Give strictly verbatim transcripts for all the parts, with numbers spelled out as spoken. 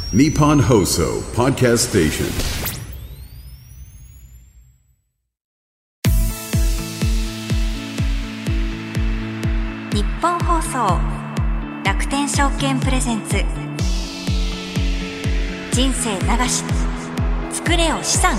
Nippon Hoso Podcast Station。 日本放送楽天証券プレゼンツ人生流し作れよ資産。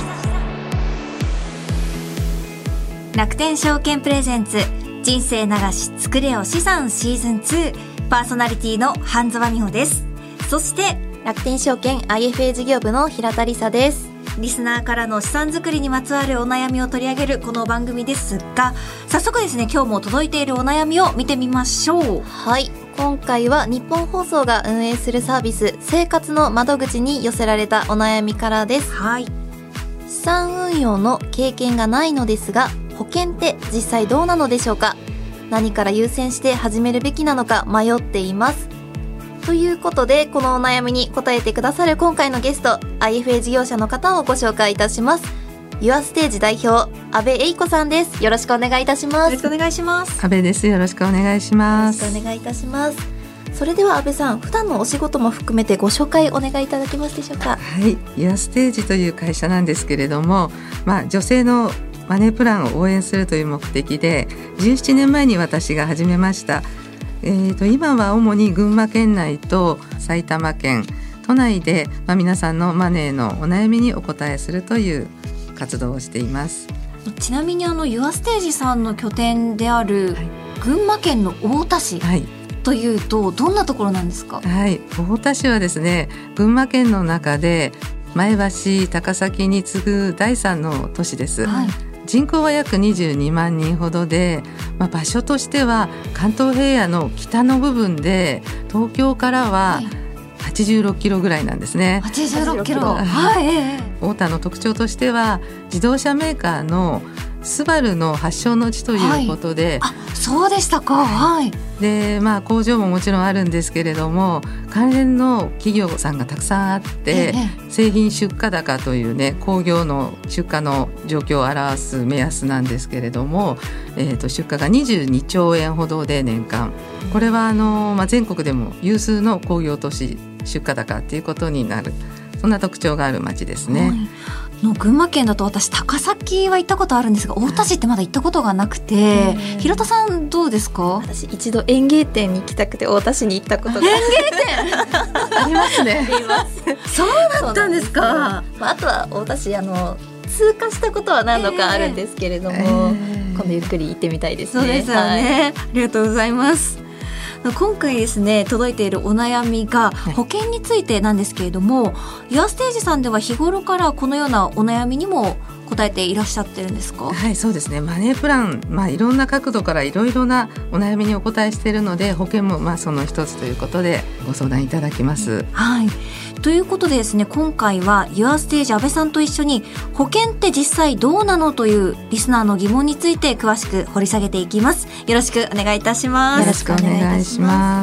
楽天証券プレゼンツ人生流し作れよ資産シーズンツー、パーソナリティの半沢美穂です。そして楽天証券 アイエフエー 事業部の平田理沙です。 リスナーからの資産作りにまつわるお悩みを取り上げるこの番組ですが、早速ですね、今日も届いているお悩みを見てみましょう。 はい、今回は日本放送が運営するサービス生活の窓口に寄せられたお悩みからです。 はい、 資産運用の経験がないのですが、保険って実際どうなのでしょうか。何から優先して始めるべきなのか迷っています。ということで、このお悩みに答えてくださる今回のゲスト、 アイエフエー 事業者の方をご紹介いたします。ユアステージ代表、阿部栄子さんです。よろしくお願いいたします。 よろしくお願いします。 阿部です。よろしくお願いします。 よろしくお願いいたします。それでは阿部さん、普段のお仕事も含めてご紹介お願いいただけますでしょうか。 はい、ユアステージという会社なんですけれども、まあ、女性のマネープランを応援するという目的でじゅうななねんまえに私が始めました。えー、と今は主に群馬県内と埼玉県都内で、まあ、皆さんのマネーのお悩みにお答えするという活動をしています。 ちなみにあのユアステージさんの拠点である群馬県の太田市というとどんなところなんですか。 はい、太田市はですね、群馬県の中で前橋、高崎に次ぐだいさんの都市です。はい、人口は約にじゅうにまんにんほどで、まあ、場所としては関東平野の北の部分で東京からははちじゅうろっキロぐらいなんですね。 はちじゅうろっキロ、 はい、太田の特徴としては自動車メーカーのスバルの発祥の地ということで、 はい、あ、そうでしたか。はい、 で、まあ、工場ももちろんあるんですけれども、関連の企業さんがたくさんあって、ええ、製品出荷高というね、工業の出荷の状況を表す目安なんですけれども、えーと、出荷がにじゅうにちょうえんほどで年間、これはあの、まあ、全国でも有数の工業都市出荷高ということになる、そんな特徴がある町ですね。はい、 の群馬県だと私高崎は行ったことあるんですが、太田市ってまだ行ったことがなくて、平田さんどうですか。 私一度園芸店に行きたくて太田市に行ったことが園芸店ありますね。 ありますそうだったんですか。 まあ、あとは太田市あの通過したことは何度かあるんですけれども、えー、今度ゆっくり行ってみたいですね。 そうですよね、はい、ありがとうございます。今回ですね、届いているお悩みが保険についてなんですけれども、ユアステージさんでは日頃からこのようなお悩みにも答えていらっしゃってるんですか。 はい、そうですね。マネープラン、まあ、いろんな角度からいろいろなお悩みにお答えしているので、保険もまあその一つということでご相談いただきます。 はい、ということでですね、今回はユアステージ阿部さんと一緒に保険って実際どうなのというリスナーの疑問について詳しく掘り下げていきます。よろしくお願いいたします。 よろしくお願いします。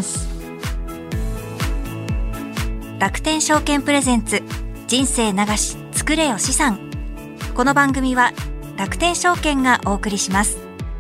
楽天証券プレゼンツ人生流し作れよ資産。この番組は楽天証券がお送りします。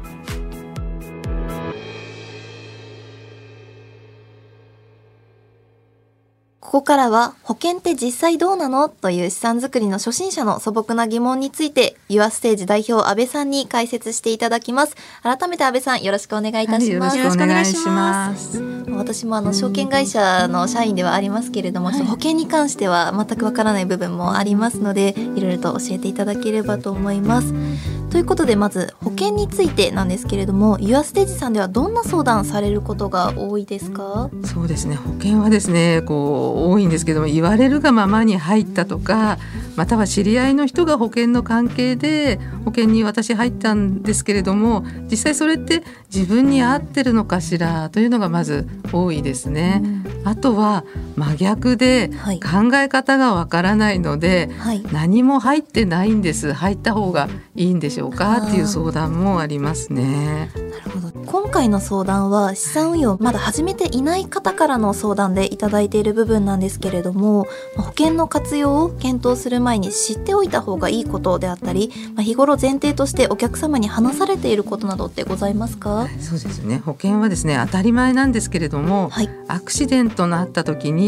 ここからは保険って実際どうなのという資産作りの初心者の素朴な疑問について、ユアステージ代表阿部さんに解説していただきます。改めて阿部さん、よろしくお願いいたします。 はい、よろしくお願いします。 私もあの証券会社の社員ではありますけれども、はい、保険に関しては全くわからない部分もありますので、いろいろと教えていただければと思います。ということで、まず保険についてなんですけれども、ユアステージさんではどんな相談されることが多いですか。 そうですね、保険はですね、こう多いんですけども、言われるがままに入ったとか、または知り合いの人が保険の関係で保険に私入ったんですけれども、実際それって自分に合ってるのかしらというのがまず多いですね。うん、あとは真逆で考え方がわからないので、はい、何も入ってないんです、入った方がいいんでしょうかっていう相談もありますね。 なるほど。今回の相談は資産運用まだ始めていない方からの相談でいただいている部分なんですけれども、保険の活用を検討する前に知っておいた方がいいことであったり、日頃前提としてお客様に話されていることなどってございますか。 そうですね、保険はですね、当たり前なんですけれども、はい、アクシデントのあった時に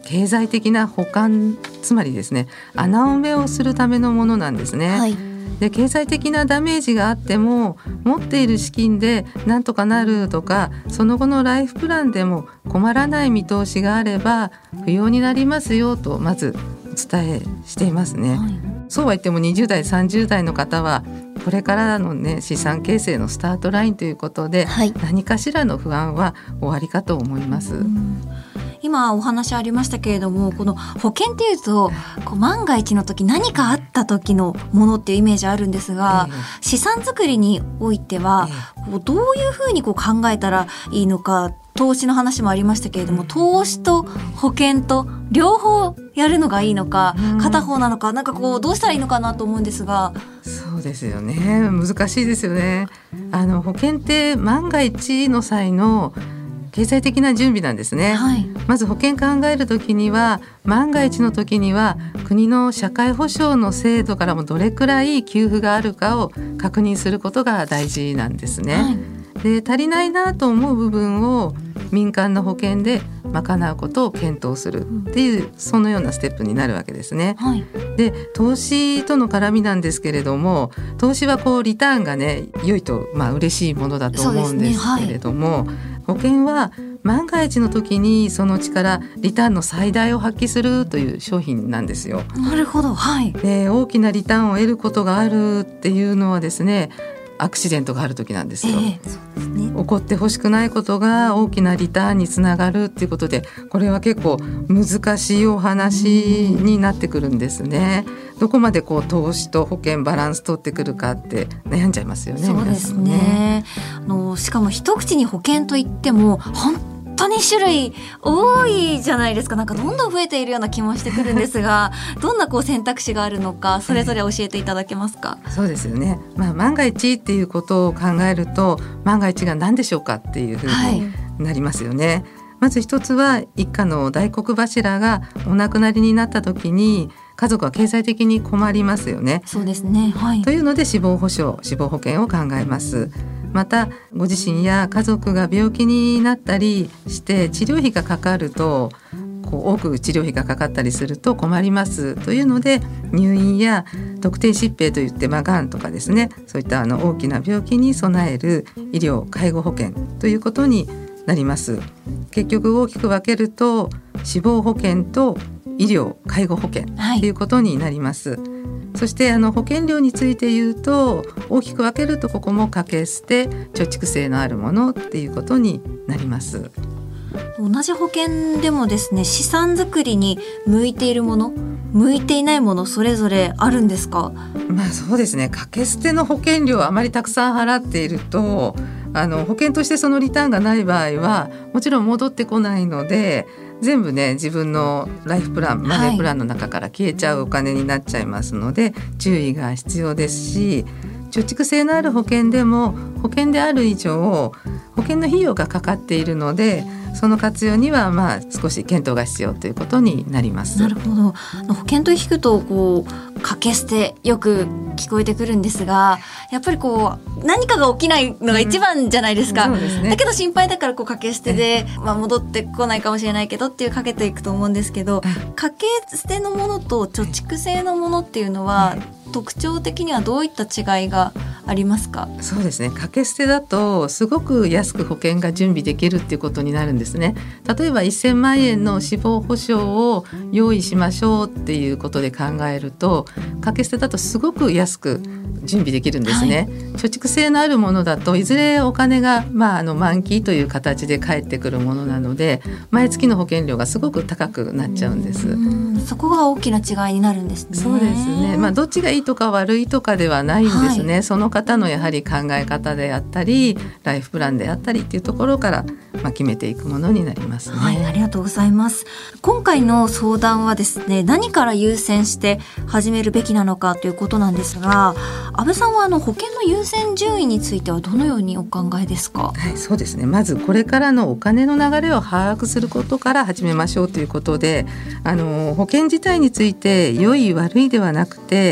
経済的な補完、つまりですね穴埋めをするためのものなんですね、 はい、 で経済的なダメージがあっても持っている資金でなんとかなるとか、その後のライフプランでも困らない見通しがあれば不要になりますよとまずお伝えしていますね、はい、そうは言ってもにじゅう代さんじゅう代の方はこれからの、ね、資産形成のスタートラインということで、はい、何かしらの不安はおありかと思います。 今お話ありましたけれども、この保険っていうとこう万が一の時何かあった時のものっていうイメージあるんですが、えー、資産作りにおいては、えー、こうどういうふうにこう考えたらいいのか、投資の話もありましたけれども、投資と保険と両方やるのがいいのか、うん、片方なのか、なんかこうどうしたらいいのかなと思うんですが。 そうですよね、難しいですよね。あの保険って万が一の際の経済的な準備なんですね、はい、まず保険考えるときには万が一の時には国の社会保障の制度からもどれくらい給付があるかを確認することが大事なんですね、はい、で足りないなと思う部分を民間の保険で賄うことを検討するっていう、そのようなステップになるわけですね、はい、で投資との絡みなんですけれども、投資はこうリターンがね良いと、まあ嬉しいものだと思うんですけれども、ね、はい、保険は万が一の時にその力リターンの最大を発揮するという商品なんですよ。 なるほど、はい、 で大きなリターンを得ることがあるっていうのはですね、アクシデントがある時なんですよ、えー、そうですね、起こってほしくないことが大きなリターンにつながるっていうことで、これは結構難しいお話になってくるんですね。どこまでこう投資と保険バランス取ってくるかって悩んじゃいますよね。 そうですね、あのしかも一口に保険といっても本当に種類多いじゃないですか。なんかどんどん増えているような気もしてくるんですがどんなこう選択肢があるのか、それぞれ教えていただけますか。 そうですよね、まあ、万が一っていうことを考えると、万が一が何でしょうかっていうふうになりますよね、はい、まず一つは一家の大黒柱がお亡くなりになった時に家族は経済的に困りますよね。 そうですね、はい、 というので死亡保障、死亡保険を考えます。またご自身や家族が病気になったりして治療費がかかると、こう多く治療費がかかったりすると困りますというので、入院や特定疾病といって、まあ、がんとかですね、そういったあの大きな病気に備える医療介護保険ということになります。結局大きく分けると死亡保険と医療介護保険ということになります、はい、そしてあの保険料について言うと大きく分けると、ここも掛け捨て貯蓄性のあるものっていうことになります。 同じ保険でもですね、資産作りに向いているもの、向いていないもの、それぞれあるんですか。 まあそうですね、掛け捨ての保険料をあまりたくさん払っていると、あの保険としてそのリターンがない場合はもちろん戻ってこないので、全部ね自分のライフプラン、マネープランの中から消えちゃうお金になっちゃいますので、はい、注意が必要ですし、貯蓄性のある保険でも保険である以上保険の費用がかかっているので、その活用にはまあ少し検討が必要ということになります。 なるほど。保険と聞くとこう掛け捨てよく聞こえてくるんですが、やっぱりこう何かが起きないのが一番じゃないですか、うん、そうですね、だけど心配だからこう掛け捨てで、まあ、戻ってこないかもしれないけどっていうかけていくと思うんですけど、掛け捨てのものと貯蓄性のものっていうのは特徴的にはどういった違いがありますか。 そうですね、掛け捨てだとすごく安く保険が準備できるっていうことになるんですね。例えばせんまんえんの死亡保障を用意しましょうっていうことで考えると、掛け捨てだとすごく安く準備できるんですね、はい、貯蓄性のあるものだといずれお金が、まあ、あの満期という形で返ってくるものなので、毎月の保険料がすごく高くなっちゃうんです。 うん、そこが大きな違いになるんですね。 そうですね、まあ、どっちがいいとか悪いとかではないんですね、はい、その方のやはり考え方であったりライフプランであったりっていうところから、まあ、決めていくものになりますね。 はい、ありがとうございます。今回の相談はですね、何から優先して始めるべきなのかということなんですが、安倍さんはあの保険の優先順位についてはどのようにお考えですか。 はい、そうですね、まずこれからのお金の流れを把握することから始めましょうということで、あの保険自体について良い悪いではなくて、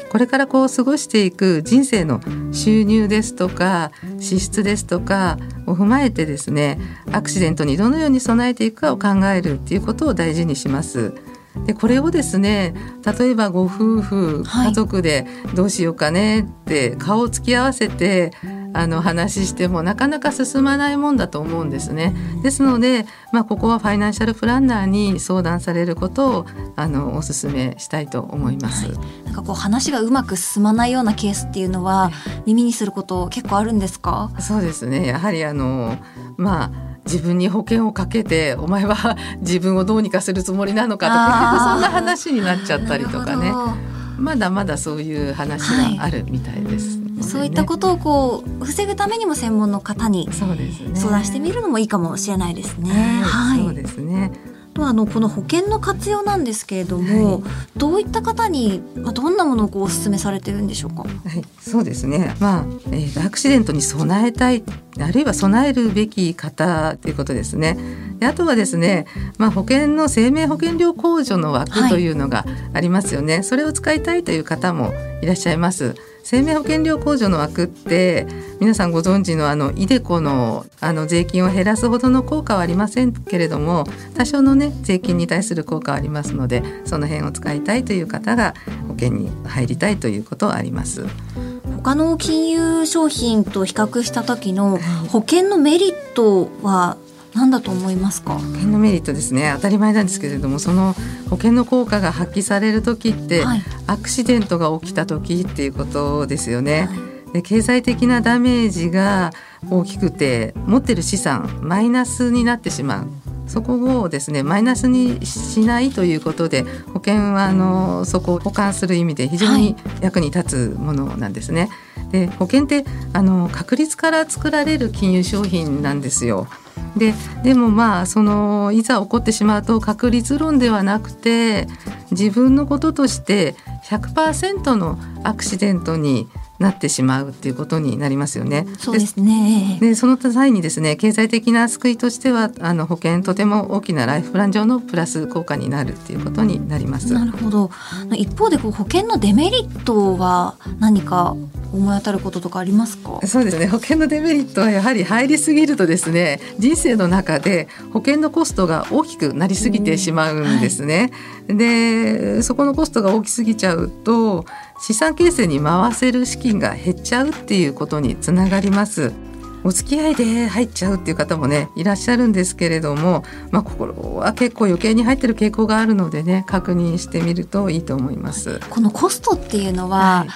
これからこう過ごしていく人生の収入ですとか支出ですとかを踏まえてですね、アクシデントにどのように備えていくかを考えるっていうことを大事にします。でこれをですね、例えばご夫婦家族でどうしようかねって顔を突き合わせてあの話してもなかなか進まないもんだと思うんですね。ですので、まあ、ここはファイナンシャルプランナーに相談されることをあのお勧めしたいと思います。 はい、なんかこう話がうまく進まないようなケースっていうのは耳にすること結構あるんですか？ そうですね、やはりあのまあ自分に保険をかけてお前は自分をどうにかするつもりなのかとかそんな話になっちゃったりとかね、まだまだそういう話があるみたいです、はい、 そういったことをこう防ぐためにも専門の方に相談してみるのもいいかもしれないですね。 はい、そうですね。 あのこの保険の活用なんですけれども、はい、どういった方にどんなものをこうお勧めされてるんでしょうか？ はい、そうですね、まあえー、アクシデントに備えたい、あるいは備えるべき方ということですね。であとはですね、まあ、保険の生命保険料控除の枠というのがありますよね、はい、それを使いたいという方もいらっしゃいます。生命保険料控除の枠って皆さんご存知のあのイデコのあの税金を減らすほどの効果はありませんけれども、多少のね税金に対する効果はありますので、その辺を使いたいという方が保険に入りたいということはあります。 他の金融商品と比較した時の保険のメリットは何だと思いますか？ 保険のメリットですね、当たり前なんですけれども、その保険の効果が発揮される時って、はい、アクシデントが起きた時っていうことですよね、はい、で経済的なダメージが大きくて持ってる資産マイナスになってしまう。そこをですねマイナスにしないということで、保険はあのそこを保管する意味で非常に役に立つものなんですね、はい、で保険ってあの確率から作られる金融商品なんですよ。で, でもまあそのいざ起こってしまうと確率論ではなくて自分のこととして ひゃくパーセント のアクシデントになってしまうっていうことになりますよね。 そうですね。 でその際にですね、経済的な救いとしてはあの保険とても大きなライフプラン上のプラス効果になるっていうことになります。 なるほど。一方でこう保険のデメリットは何か思い当たることとかありますか？ そうですね、保険のデメリットはやはり入りすぎるとですね、人生の中で保険のコストが大きくなりすぎてしまうんですね、はい、でそこのコストが大きすぎちゃうと資産形成に回せる資金が減っちゃうっていうことにつながります。お付き合いで入っちゃうっていう方もねいらっしゃるんですけれども、まあ、心は結構余計に入ってる傾向があるのでね、確認してみるといいと思います。 このコストっていうのは、はい、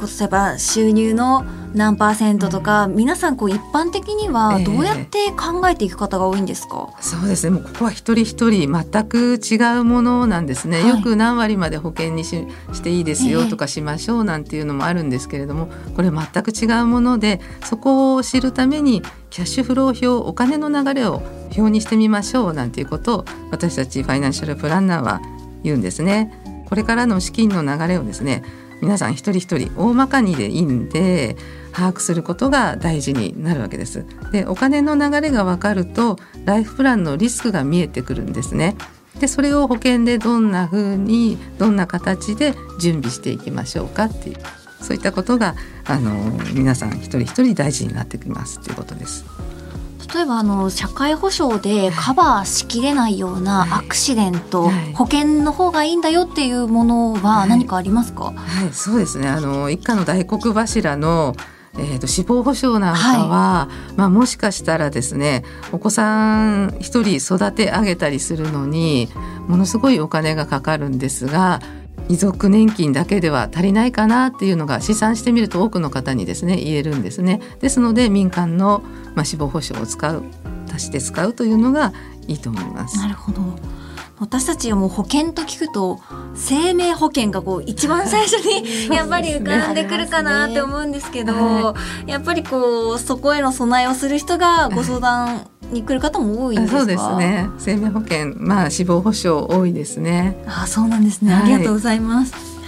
例えば収入の何パーセントとか、うん、皆さんこう一般的にはどうやって考えていく方が多いんですか？ えー、そうですね、もうここは一人一人全く違うものなんですね、はい、よく何割まで保険に し, していいですよとかしましょうなんていうのもあるんですけれども、これ全く違うもので、そこを知るためにキャッシュフロー表、お金の流れを表にしてみましょうなんていうことを私たちファイナンシャルプランナーは言うんですね。これからの資金の流れをですね、皆さん一人一人大まかにでいいんで把握することが大事になるわけです。でお金の流れが分かるとライフプランのリスクが見えてくるんですね。でそれを保険でどんな風にどんな形で準備していきましょうかっていう、そういったことがあの皆さん一人一人大事になってきますということです。 例えばあの社会保障でカバーしきれないようなアクシデント、はいはい、保険の方がいいんだよっていうものは何かありますか？はいはい、そうですね、あの一家の大黒柱のえー、と死亡保障なんかは、はいまあ、もしかしたらですね、お子さん一人育て上げたりするのにものすごいお金がかかるんですが、遺族年金だけでは足りないかなっていうのが試算してみると多くの方にですね言えるんですね。ですので民間の、まあ、死亡保障を使う足して使うというのがいいと思います。 なるほど。私たちはもう保険と聞くと生命保険がこう一番最初にやっぱり浮かんでくるかなって思うんですけど、はい、やっぱりこうそこへの備えをする人がご相談に来る方も多いんですか？ そうですね、生命保険、まあ、死亡保障多いですね。 あ、そうなんですね、ありがとうございます、はいは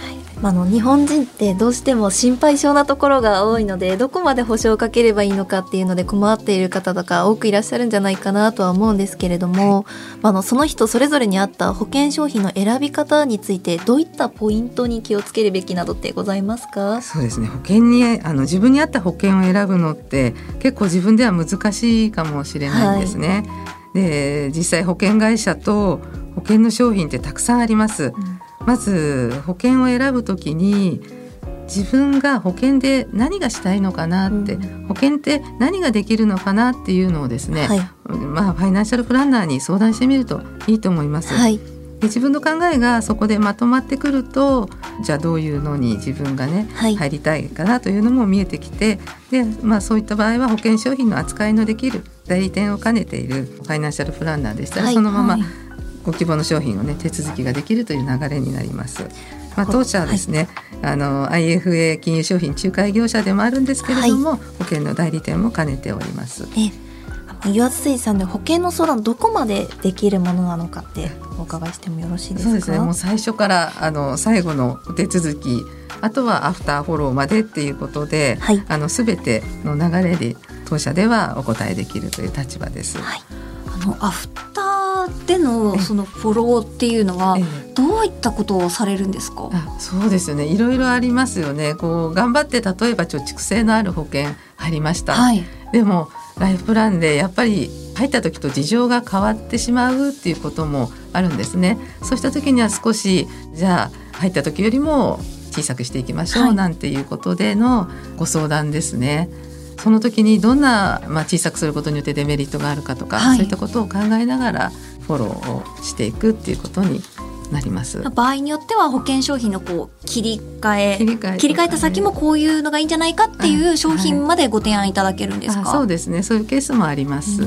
あの日本人ってどうしても心配性なところが多いので、どこまで保証をかければいいのかっていうので困っている方とか多くいらっしゃるんじゃないかなとは思うんですけれども、あのその人それぞれに合った保険商品の選び方についてどういったポイントに気をつけるべきなどってございますか？ そうですね、保険にあの自分に合った保険を選ぶのって結構自分では難しいかもしれないんですね、はい、で実際保険会社と保険の商品ってたくさんあります、うん、まず保険を選ぶときに自分が保険で何がしたいのかなって、うん、保険って何ができるのかなっていうのをですね、はい、まあ、ファイナンシャルプランナーに相談してみるといいと思います、はい、で自分の考えがそこでまとまってくると、じゃあどういうのに自分がね、はい、入りたいかなというのも見えてきて、で、まあ、そういった場合は保険商品の扱いのできる代理店を兼ねているファイナンシャルプランナーでしたら、はい、そのままご希望の商品をね手続きができるという流れになります。まあ、当社はですね、はい、あの アイエフエー 金融商品仲介業者でもあるんですけれども、はい、保険の代理店も兼ねております。 え岩津水さんで保険の相談どこまでできるものなのかってお伺いしてもよろしいですか？ そうですね、もう最初からあの最後のお手続き、あとはアフターフォローまでっていうことで、はい、あの全ての流れで当社ではお答えできるという立場です、はい、 あのアフターでのそのフォローっていうのはどういったことをされるんですか？ あ、そうですよね、いろいろありますよね。こう頑張って例えば貯蓄性のある保険入りました、はい、でもライフプランでやっぱり入った時と事情が変わってしまうっていうこともあるんですね。そうした時には少しじゃあ入った時よりも小さくしていきましょう、はい、なんていうことでのご相談ですね。その時にどんな、まあ、小さくすることによってデメリットがあるかとか、はい、そういったことを考えながらフォローをしていくっていうことになります。 場合によっては保険商品のこう切り替え切り替え、ね、切り替えた先もこういうのがいいんじゃないかっていう商品までご提案いただけるんですか？ あ、そうですね、そういうケースもあります、うん、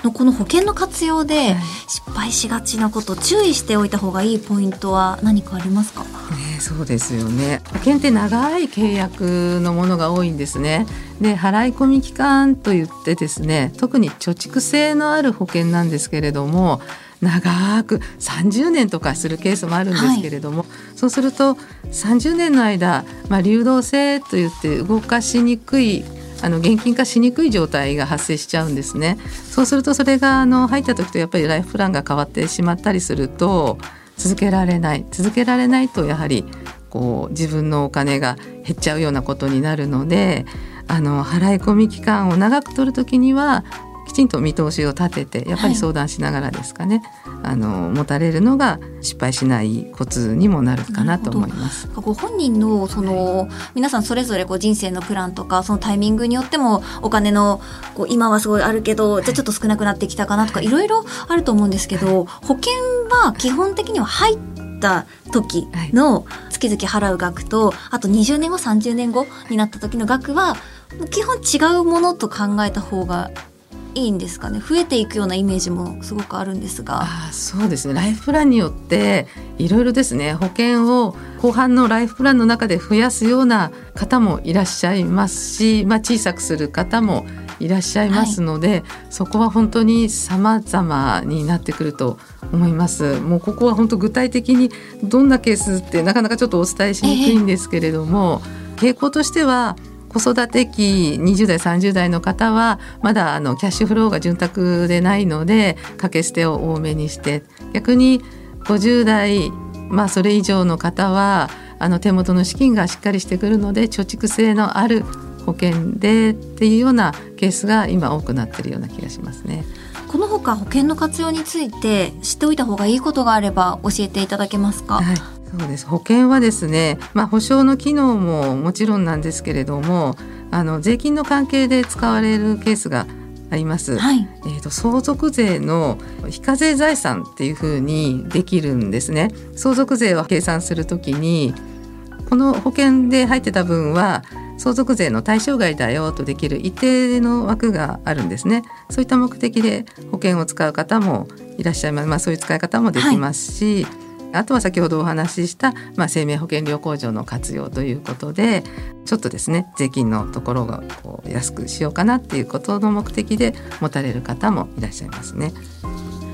この保険の活用で失敗しがちなこと、注意しておいた方がいいポイントは何かありますか？ね、 そうですよね、保険って長い契約のものが多いんですね。で払い込み期間といってですね、特に貯蓄性のある保険なんですけれども、長くさんじゅうねんとかするケースもあるんですけれども、はい、そうするとさんじゅうねんの間、まあ、流動性といって動かしにくい、あの現金化しにくい状態が発生しちゃうんですね。そうするとそれがあの入った時とやっぱりライフプランが変わってしまったりすると続けられない続けられないとやはりこう自分のお金が減っちゃうようなことになるので、あの払い込み期間を長く取るときにはきちんと見通しを立ててやっぱり相談しながらですかね、はい、あの持たれるのが失敗しないコツにもなるかなと思います。 ご本人のその、はい、皆さんそれぞれこう人生のプランとかそのタイミングによってもお金のこう今はすごいあるけど、はい、じゃあちょっと少なくなってきたかなとかいろいろあると思うんですけど、保険は基本的には入った時の月々払う額と、あとにじゅうねんごさんじゅうねんごになった時の額は基本違うものと考えた方がいいんですかね。増えていくようなイメージもすごくあるんですが。 あ、そうですね、ライフプランによっていろいろですね、保険を後半のライフプランの中で増やすような方もいらっしゃいますし、まあ、小さくする方もいらっしゃいますので、はい、そこは本当に様々になってくると思います。もうここは本当具体的にどんなケースってなかなかちょっとお伝えしにくいんですけれども、えー、傾向としては子育て期にじゅう代さんじゅう代の方はまだあのキャッシュフローが潤沢でないので掛け捨てを多めにして、逆にごじゅう代、まあ、それ以上の方はあの手元の資金がしっかりしてくるので貯蓄性のある保険でっていうようなケースが今多くなっているような気がしますね。 このほか保険の活用について知っておいた方がいいことがあれば教えていただけますか？ はい、そうです。保険はですね、まあ、保証の機能ももちろんなんですけれども、あの税金の関係で使われるケースがあります、はい、えーと、相続税の非課税財産っていうふうにできるんですね。相続税を計算するときにこの保険で入ってた分は相続税の対象外だよとできる一定の枠があるんですね。そういった目的で保険を使う方もいらっしゃいます。まあ、そういう使い方もできますし、はい、あとは先ほどお話しした、まあ、生命保険料控除の活用ということでちょっとですね税金のところがこう安くしようかなっていうことの目的で持たれる方もいらっしゃいますね。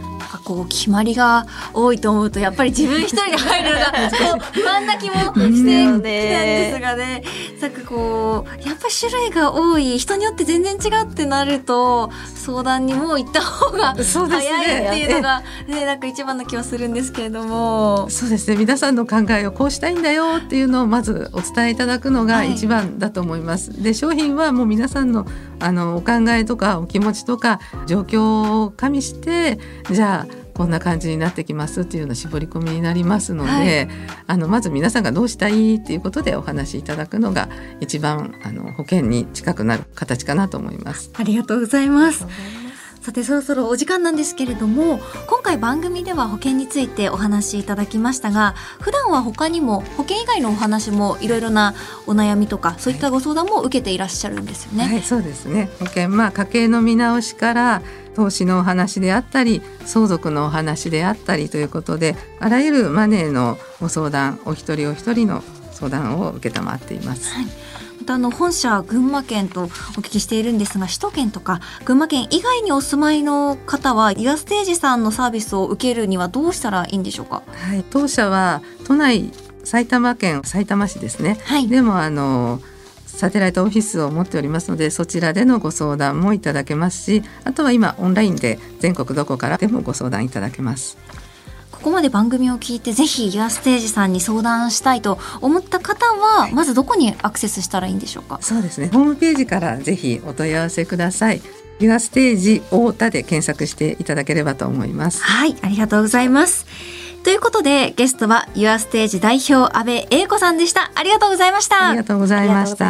こう決まりが多いと思うとやっぱり自分一人で入るのが不安な気もしてきたんですがね、なんかこうやっぱり種類が多い、人によって全然違うってなると相談にも行った方が早いっていうのが、ね、なんか一番の気はするんですけれども。 そうですね、皆さんの考えをこうしたいんだよっていうのをまずお伝えいただくのが一番だと思います、はい、で商品はもう皆さんのあのお考えとかお気持ちとか状況を加味してじゃあこんな感じになってきますっていうような絞り込みになりますので、はい、あのまず皆さんがどうしたいっていうことでお話しいただくのが一番あの保険に近くなる形かなと思います。 ありがとうございます。さてそろそろお時間なんですけれども、今回番組では保険についてお話しいただきましたが、普段は他にも保険以外のお話もいろいろなお悩みとかそういったご相談も受けていらっしゃるんですよね。 はい、そうですね。保険、まあ、家計の見直しから投資のお話であったり相続のお話であったりということで、あらゆるマネーのご相談、お一人お一人の相談を受けたまっています。 はい、またあの本社群馬県とお聞きしているんですが、首都圏とか群馬県以外にお住まいの方はユアステージさんのサービスを受けるにはどうしたらいいんでしょうか。 はい、当社は都内埼玉県さいたま市ですね、はい、でもあのサテライトオフィスを持っておりますので、そちらでのご相談もいただけますし、あとは今オンラインで全国どこからでもご相談いただけます。 ここまで番組を聞いてぜひユアステージさんに相談したいと思った方はまずどこにアクセスしたらいいんでしょうか。 そうですね、ホームページからぜひお問い合わせください。ユアステージ太田で検索していただければと思います。 はい、ありがとうございます。ということでゲストはユアステージ代表阿部英子さんでした。ありがとうございました。 ありがとうございました。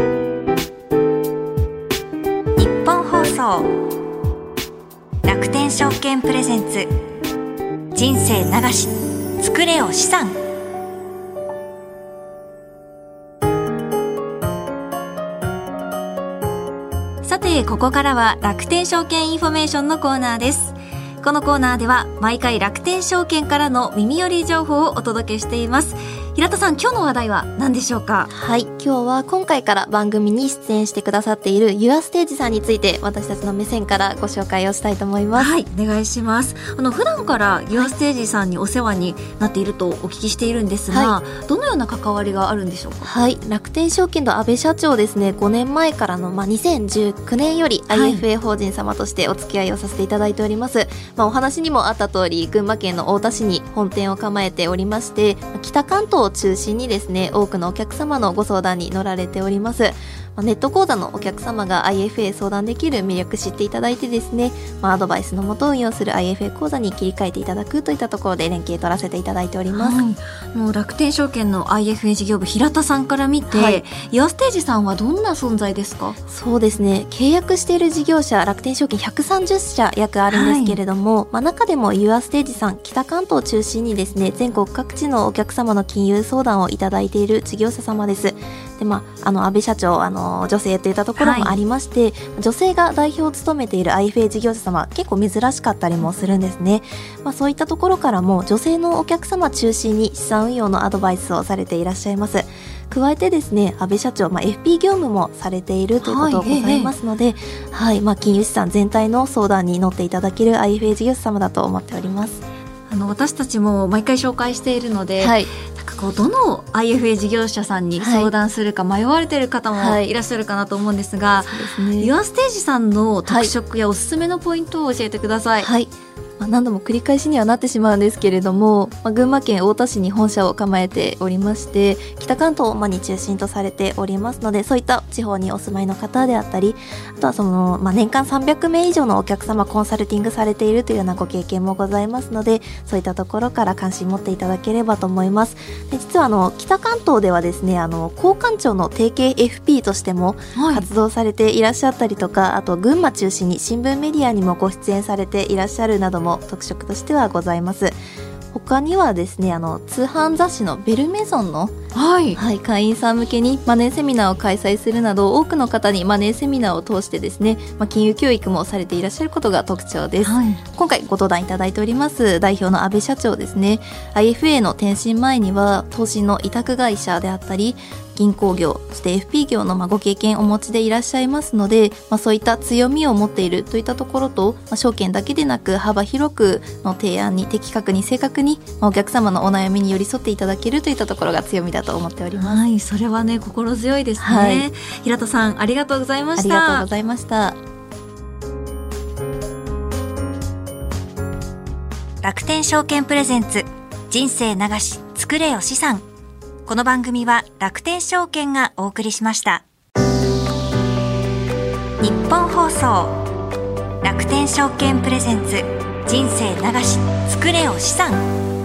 日本放送楽天証券プレゼンツ人生流し作れよ資産。さてここからは楽天証券インフォメーションのコーナーです。このコーナーでは毎回楽天証券からの耳寄り情報をお届けしています。平田さん、今日の話題は何でしょうか。 はい、今日は今回から番組に出演してくださっているユアステージさんについて私たちの目線からご紹介をしたいと思います。 はい、お願いします。あの普段からユアステージさんにお世話になっているとお聞きしているんですが、はい、どのような関わりがあるんでしょうか。 はい、楽天証券の安倍社長ですね、ごねんまえからの、まあ、にせんじゅうきゅうねんより アイエフエー 法人様としてお付き合いをさせていただいております。まあ、お話にもあった通り群馬県の太田市に本店を構えておりまして、北関東を中心にですね多くのお客様のご相談に乗られております。ネット講座のお客様が アイエフエー 相談できる魅力知っていただいてですね、まあ、アドバイスのもと運用する アイエフエー 講座に切り替えていただくといったところで連携取らせていただいております。はい、 もう楽天証券の アイエフエー 事業部平田さんから見て、はい、ユアステージさんはどんな存在ですか。 そうですね、契約している事業者楽天証券ひゃくさんじゅっしゃ約あるんですけれども、はい、まあ、中でもユアステージさん北関東を中心にですね全国各地のお客様の金融相談をいただいている事業者様です。で、まあ、あの安倍社長あの女性といったところもありまして、はい、女性が代表を務めている アイエフエー 事業者様結構珍しかったりもするんですね。まあ、そういったところからも女性のお客様中心に資産運用のアドバイスをされていらっしゃいます。加えてですね安倍社長、まあ、エフピー 業務もされているということがございますので、はいはい、まあ、金融資産全体の相談に乗っていただける アイエフエー 事業者様だと思っております。 あの私たちも毎回紹介しているので、はい、なんかこうどの アイエフエー 事業者さんに相談するか迷われている方もいらっしゃるかなと思うんですが、はいそうですね、ユアステージさんの特色やおすすめのポイントを教えてください。 はい、まあ、何度も繰り返しにはなってしまうんですけれども、まあ、群馬県太田市に本社を構えておりまして北関東を主に中心とされておりますので、そういった地方にお住まいの方であったり、あとはその、まあ、年間さんびゃくめい以上のお客様コンサルティングされているというようなご経験もございますので、そういったところから関心持っていただければと思います。で実はあの北関東ではですねあの交換庁の提携 エフピー としても活動されていらっしゃったりとか、はい、あと群馬中心に新聞メディアにもご出演されていらっしゃるなども特色としてはございます。他にはですねあの通販雑誌のベルメゾンの、はいはい、会員さん向けにマネーセミナーを開催するなど多くの方にマネーセミナーを通してですね、まあ、金融教育もされていらっしゃることが特徴です。はい、今回ご登壇いただいております代表の安倍社長ですね アイエフエー の転身前には投資の委託会社であったり銀行業、そして エフピー 業のまあご経験をお持ちでいらっしゃいますので、まあ、そういった強みを持っているといったところと、まあ、証券だけでなく幅広くの提案に的確に正確に、まあ、お客様のお悩みに寄り添っていただけるといったところが強みだと思っております。 はい、それはね心強いですね、 はい、 平田さんありがとうございました。 ありがとうございました。 楽天証券プレゼンツ人生流し作れよ資産。この番組は楽天証券がお送りしました。日本放送楽天証券プレゼンツ人生流し作れよ資産。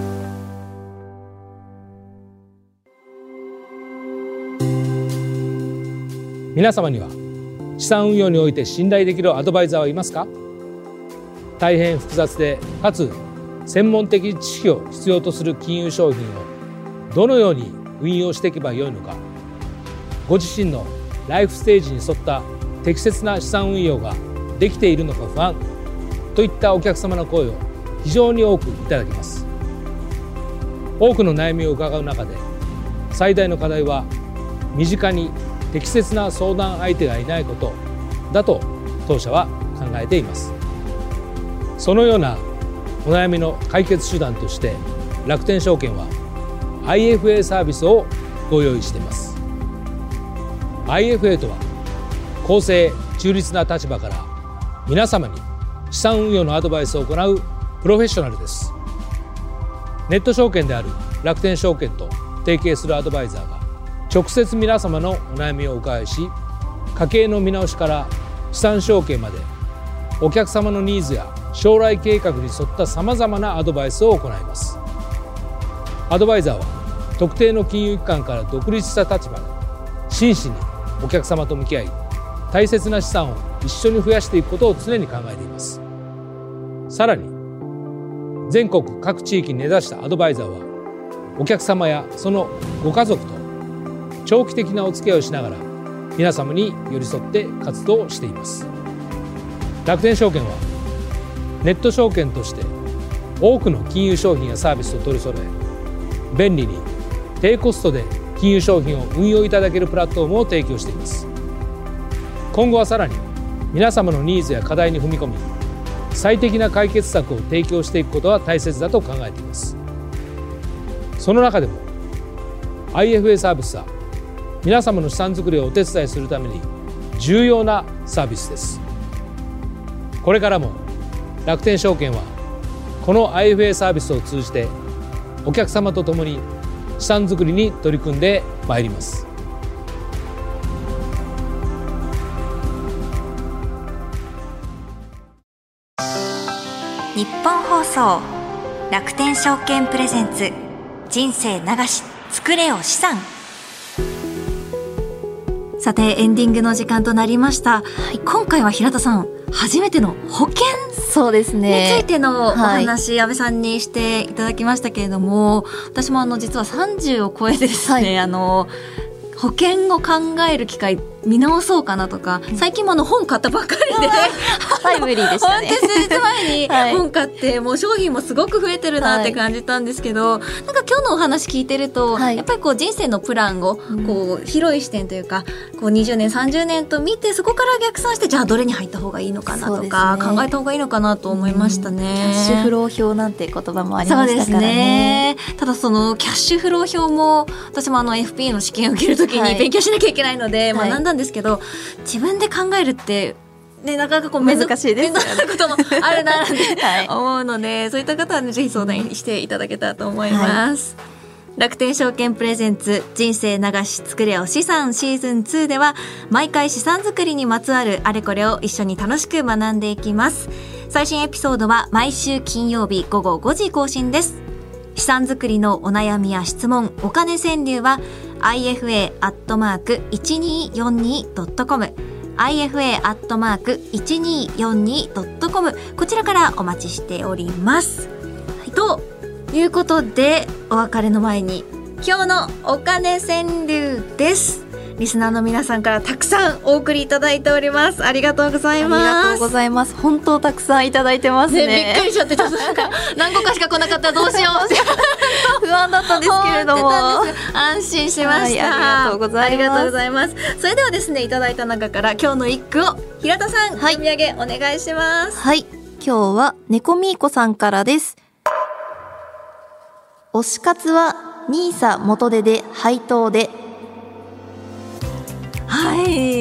皆様には資産運用において信頼できるアドバイザーはいますか？大変複雑でかつ専門的知識を必要とする金融商品をどのように運用していけばよいのか、ご自身のライフステージに沿った適切な資産運用ができているのか不安といったお客様の声を非常に多くいただきます。多くの悩みを伺う中で最大の課題は身近に適切な相談相手がいないことだと当社は考えています。そのようなお悩みの解決手段として楽天証券は アイエフエー サービスをご用意しています。 アイエフエー とは公正中立な立場から皆様に資産運用のアドバイスを行うプロフェッショナルです。ネット証券である楽天証券と提携するアドバイザーが直接皆様のお悩みをお伺いし、家計の見直しから資産承継までお客様のニーズや将来計画に沿ったさまざまなアドバイスを行います。アドバイザーは特定の金融機関から独立した立場で真摯にお客様と向き合い、大切な資産を一緒に増やしていくことを常に考えています。さらに全国各地域に根ざしたアドバイザーはお客様やそのご家族と長期的なお付き合いをしながら皆様に寄り添って活動をしています。楽天証券はネット証券として多くの金融商品やサービスを取り揃え、便利に低コストで金融商品を運用いただけるプラットフォームを提供しています。今後はさらに皆様のニーズや課題に踏み込み、最適な解決策を提供していくことは大切だと考えています。その中でも アイエフエー サービスは皆様の資産作りをお手伝いするために重要なサービスです。これからも楽天証券はこの アイエフエー サービスを通じてお客様と共に資産作りに取り組んでまいります。 日本放送楽天証券プレゼンツ人生流し作れよ資産。さてエンディングの時間となりました、はい、今回は平田さん初めての保険そうですねについてのお話、はい、安倍さんにしていただきましたけれども、私もあの実はさんじゅうを超えてですね、はい、あの保険を考える機会見直そうかなとか、最近もあの本買ったばっかりでタイムリーでしたね。 本当数日前に本買ってもう商品もすごく増えてるなって感じたんですけど、はい、なんか今日のお話聞いてると、はい、やっぱりこう人生のプランをこう広い視点というか、こうにじゅうねんさんじゅうねんと見て、そこから逆算してじゃあどれに入った方がいいのかなとか、ね、考えた方がいいのかなと思いましたね。 キャッシュフロー表なんて言葉もありましたからね。そうですね。 ただそのキャッシュフロー表も私もあの エフピー の試験を受けるときに勉強しなきゃいけないので、はい、学んだんですけど、自分で考えるってね、なかなかこう難しいですよね。難しいこともあるなって思うので、はい、そういった方は、ね、ぜひ相談していただけたらと思います、はい、楽天証券プレゼンツ人生流し作れよ資産シーズンツーでは毎回資産作りにまつわるあれこれを一緒に楽しく学んでいきます。最新エピソードは毎週金曜日午後ごじ更新です。資産作りのお悩みや質問、お金川柳は アイエフエー アットマーク いちにーよんにー ドットコム アイエフエー アットマーク いちにーよんにー ドットコム こちらからお待ちしております、はい、ということでお別れの前に今日のお金川柳です。 リスナーの皆さんからたくさんお送りいただいております。ありがとうございます。 ありがとうございます。本当たくさんいただいてますね。 ね、びっくりしちゃって、ちょっとなんか何個かしか来なかったらどうしようって不安だったんですけれども安心しました、 はい、ありがとうございます。 ありがとうございます。それではですね、いただいた中から今日の一句を平田さん、 はい、 読み上げお願いします。 はい、今日は猫みーこさんからです。推し活はニーサ元手で配当で。 はい、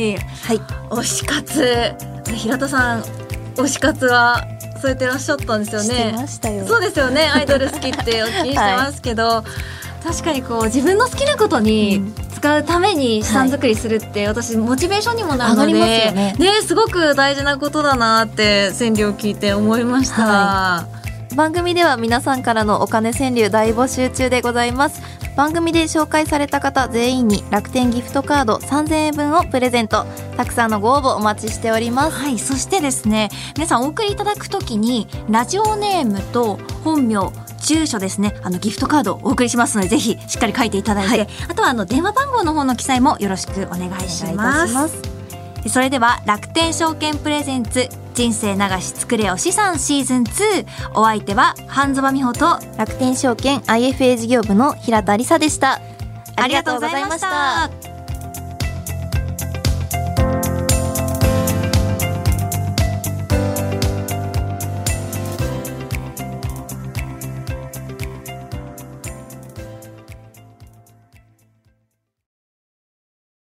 はい、推し活、平田さん推し活はされてらっしゃったんですよね。 してましたよ。 そうですよね、アイドル好きってお聞きしてますけど、はい、確かにこう自分の好きなことに使うために資産作りするって、はい、私モチベーションにもなるので、ねね、すごく大事なことだなって川柳を聞いて思いました、はい。 番組では皆さんからのお金川柳大募集中でございます。番組で紹介された方全員に楽天ギフトカードさんぜんえんぶんをプレゼント。たくさんのご応募お待ちしております。 はい、そしてですね、皆さんお送りいただくときにラジオネームと本名、住所ですね、あのギフトカードをお送りしますので、ぜひしっかり書いていただいて、はい、あとはあの電話番号の方の記載もよろしくお願いします。それでは楽天証券プレゼンツ人生流し作れお資産シーズンツー、お相手は半沢美穂と楽天証券 アイエフエー 事業部の平田理沙でした。 ありがとうございました。